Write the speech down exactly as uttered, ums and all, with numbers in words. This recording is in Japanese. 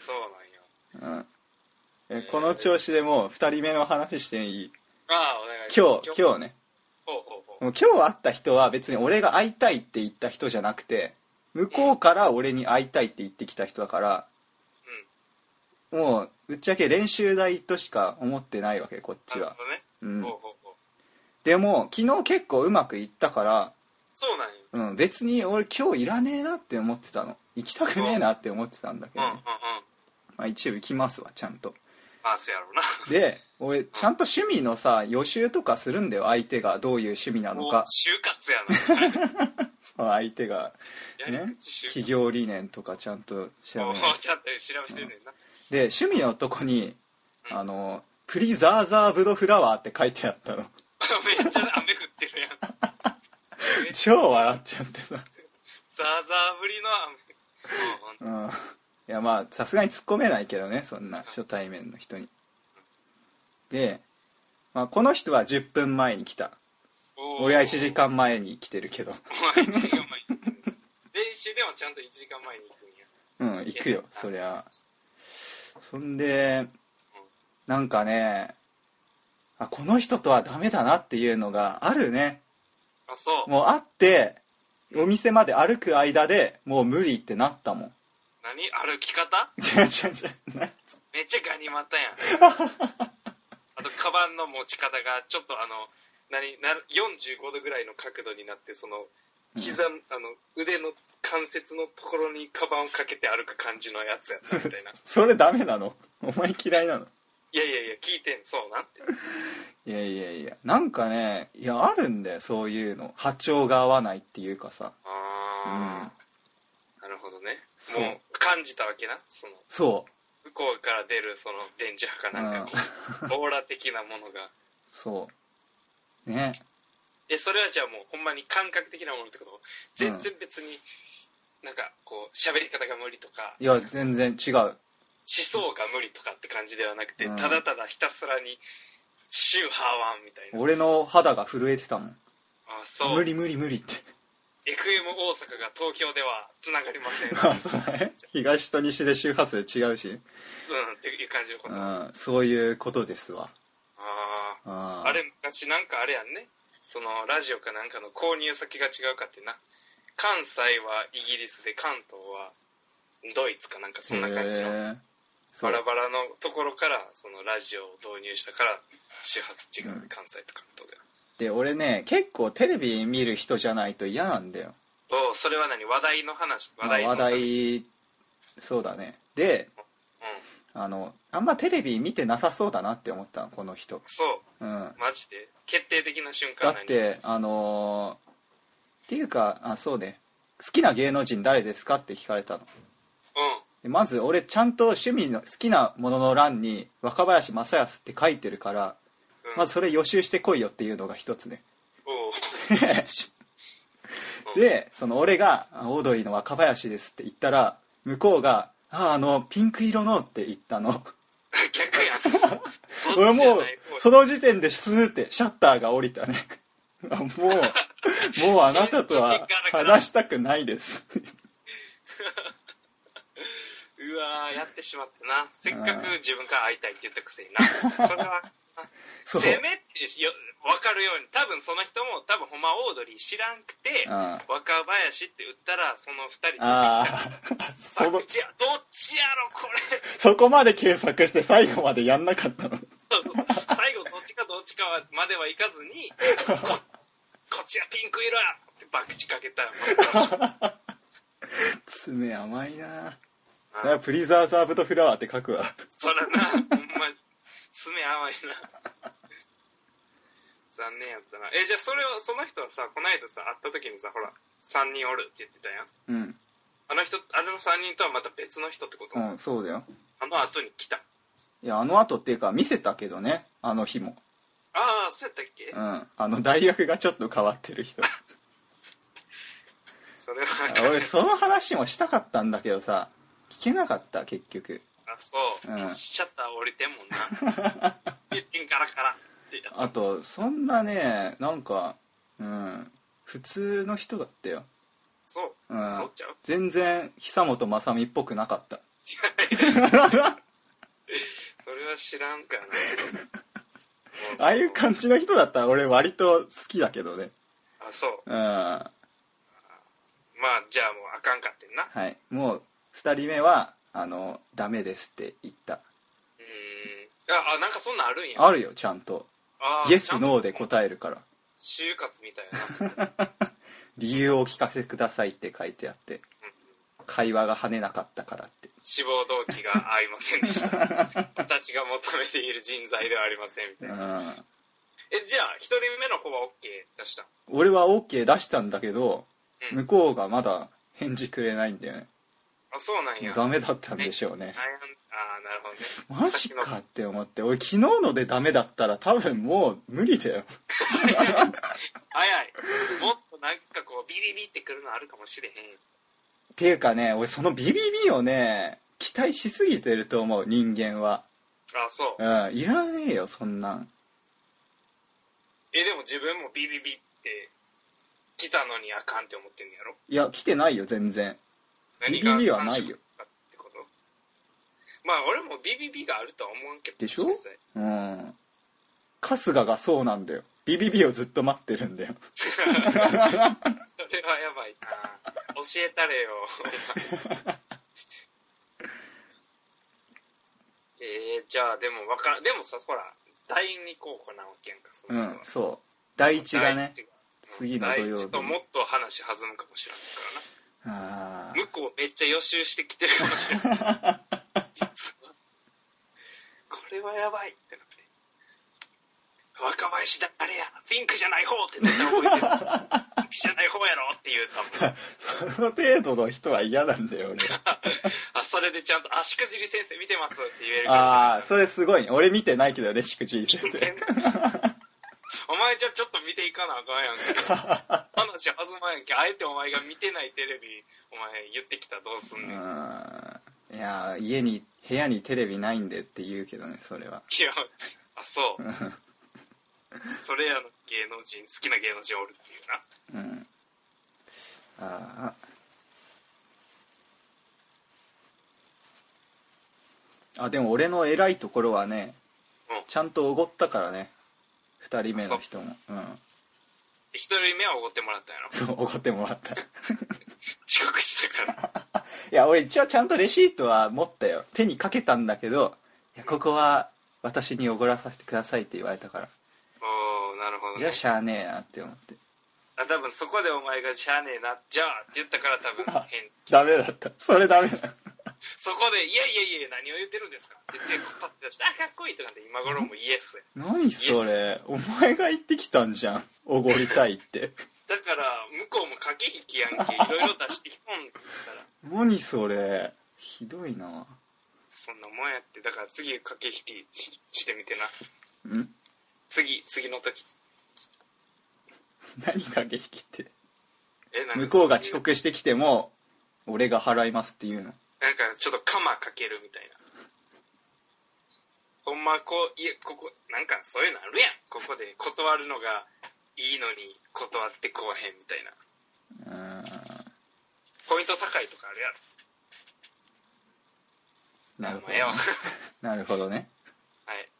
そうなんよ、 うん、えこの調子でもうふたりめの話していい？ ああお願いします。 今日今日ね、 ほうほうほう。 もう今日会った人は別に俺が会いたいって言った人じゃなくて、向こうから俺に会いたいって言ってきた人だから、うん、もうぶっちゃけ練習台としか思ってないわけこっちは。なるほどね、うん、ほうほうほう。でも昨日結構うまくいったから、そうなんよ、うん、別に俺今日いらねえなって思ってたの。行きたくねえなって思ってたんだけど、ね、うんうんうん、まあ、一応行きますわちゃんと。ああそうやろうな。で俺ちゃんと趣味のさ予習とかするんだよ、相手がどういう趣味なのか。就活やなそう相手がね企業理念とかちゃんと調べないちゃんと調べてるねんな、うん、で趣味のとこに、うん、あのプリザーザーブドフラワーって書いてあったのめっちゃ雨降ってるやん超笑っちゃってさザーザー降りの雨、うん、いやまあさすがに突っ込めないけどねそんな初対面の人に。で、まあ、この人はじゅっぷんまえに来た。俺はいちじかんまえに来てるけどいちじかんまえに練習でもちゃんといちじかんまえに行くんや。うん行くよそりゃ。そんでなんかね、あこの人とはダメだなっていうのがあるね。あそうもう会ってお店まで歩く間でもう無理ってなったもん。何歩き方違う違う違うめっちゃガニ股やんあとカバンの持ち方がちょっとあの何なよんじゅうごどぐらいの角度になってその膝、うん、あの腕の関節のところにカバンをかけて歩く感じのやつやったみたいなそれダメなの？お前嫌いなの？いやいやいや聞いてんそうなんていやいやいやなんかねいやあるんだよそういうの波長が合わないっていうかさ。ああ、うん、なるほどね。もう感じたわけなそのそう向こうから出るその電磁波かなんかこう、うん、オーラ的なものがそうねえそれはじゃあもうほんまに感覚的なものってこと？全然別になんかこう喋り方が無理とか、いや全然違う思想が無理とかって感じではなくて、うん、ただただひたすらにシューハーワンみたいな。俺の肌が震えてたもん。あそう無理無理無理ってエフエム 大阪が東京ではつながりませんあそうね東と西で周波数違うしうんっていう感じのこと、うん、そういうことですわ。あああれ昔なんかあれやんねそのラジオかなんかの購入先が違うかってな関西はイギリスで関東はドイツかなんかそんな感じのバラバラのところからそのラジオを導入したから周波数違う、うん、関西と関東でで俺ね結構テレビ見る人じゃないと嫌なんだよ。おそれは何話題の話話題の話、まあ、話題そうだねで、うん、あのあんまテレビ見てなさそうだなって思ったのこの人。そう、うん、マジで決定的な瞬間だってあのー、っていうかあそうね好きな芸能人誰ですかって聞かれたの。うん、まず俺ちゃんと趣味の好きなものの欄に若林正康って書いてるからまずそれ予習してこいよっていうのが一つねでその俺がオードリーの若林ですって言ったら向こうがああのピンク色のって言ったの逆やん俺もうその時点でスーってシャッターが降りたねもうもうあなたとは話したくないですうわーやってしまったな。せっかく自分から会いたいって言ったくせになそれはせめってよ分かるように多分その人も多分ほんまオードリー知らんくて若林って打ったらそのふたり出てきたそのどっちやどっちやろこれそこまで検索して最後までやんなかったのそうそうそう最後どっちかどっちかまではいかずにこ, こっちはピンク色やってバクチかけたら爪甘いな。それはプリザーザーブドフラワーって書くわそらなほんまに爪甘いな残念やったな。えじゃあそれをその人はさこの間さ会った時にさほらさんにんおるって言ってたやん。うんあの人あれのさんにんとはまた別の人ってこと？うんそうだよ。あの後に来た。いやあの後っていうか見せたけどねあの日も。ああそうやったっけ。うんあの大学がちょっと変わってる人それは俺その話もしたかったんだけどさ聞けなかった結局。あそう、うん、シャッター降りてんもんなピンカラカラってあとそんなねなんかうん普通の人だったよ。そう、うん、そうちゃう全然久本雅美っぽくなかったそれは知らんかな。 ああいう感じの人だったら俺割と好きだけどね。 あ、そう。 うん。まあじゃあもうあかんかってんな。 はい。もうふたりめはあのダメですって言った。 うーん。あ、あなんかそんなんあるんや。 あるよちゃんと。 あイエスノーで答えるから。 就活みたいな。 理由をお聞かせくださいって書いてあって、うん、会話が跳ねなかったからって。 志望動機が合いませんでした。私が求めている人材ではありませんみたいな。うん、えじゃあひとりめの方は OK 出した？ 俺は OK 出したんだけど、うん、向こうがまだ返事くれないんだよね。 あ、そうなんや。 ダメだったんでしょうね。 ああ、なるほどね。 マジかって思って、俺昨日のでダメだったら多分もう無理だよ。 早い。もっとなんかこうビビビってくるのあるかもしれへん。 っていうかね、俺そのビビビをね期待しすぎてると思う、人間は。 あ、そう。 うん、いらねえよそんなん。 えでも自分もビビビって来たのにあかんって思ってんのやろ？ いや来てないよ全然。ビビビはないよ。 まあ俺もビビビがあるとは思わんけど。 でしょ？うん。春日がそうなんだよ。ビビビをずっと待ってるんだよ。 それはやばいな。教えたれよ。えー、じゃあでもわからん。でもさほらだいに候補なわけやんか。 そのうんそう。だいいちがね。次の土曜日。 だいいちともっと話弾むかもしれないからな。 あ向こうめっちゃ予習してきてるかもしれない。実はこれはやばいってなって、若林誰やフィンクじゃない方って絶対覚えてる。フィンクじゃない方やろっていう多分その程度の人は嫌なんだよ俺。 あそれでちゃんと「あしくじり先生見てます」って言えるから。ああそれすごいね。俺見てないけどねしくじり先生。 お前じゃちょっと見ていかなあかんやんけ。話弾まやんけ。あえてお前が見てないテレビお前言ってきたらどうすんねん。 いや家に部屋にテレビないんでって言うけどねそれは。 いやあそうそれやの芸能人好きな芸能人おるっていうな。うんあああでも俺の偉いところはね、うん、ちゃんとおごったからねふたりめの人も。うんひとりめはおごってもらったんやろ。 そうおごってもらった。 遅刻したからいや俺一応ちゃんとレシートは持ったよ。手にかけたんだけど、いやここは私におごらさせてくださいって言われたから、 おーなるほど、ね、 じゃあしゃあねえなって思って。 あ多分そこでお前がしゃあねえなじゃあって言ったから多分変ダメだった。それダメだ。 そこで「いやいやいや何を言ってるんですか」って言ってパッて出して「あかっこいい」とかって今頃もイエス。 何それお前が言ってきたんじゃんおごりたいって。 だから向こうも駆け引きやんけ。いろいろ出してきとんだから何それひどいな。 そんなもんやって。だから次駆け引き し, してみてな。 ん次次の時何駆け引きって。 えなんか向こうが遅刻してきても俺が払いますっていうの。 なんかちょっとカマかけるみたいな。ほんまこういやここなんかそういうのあるやん。ここで断るのがいいのに断ってこうへんみたいな。うーんポイント高いとかあるやろ。 なるほど、ね、なるほどね。 はい。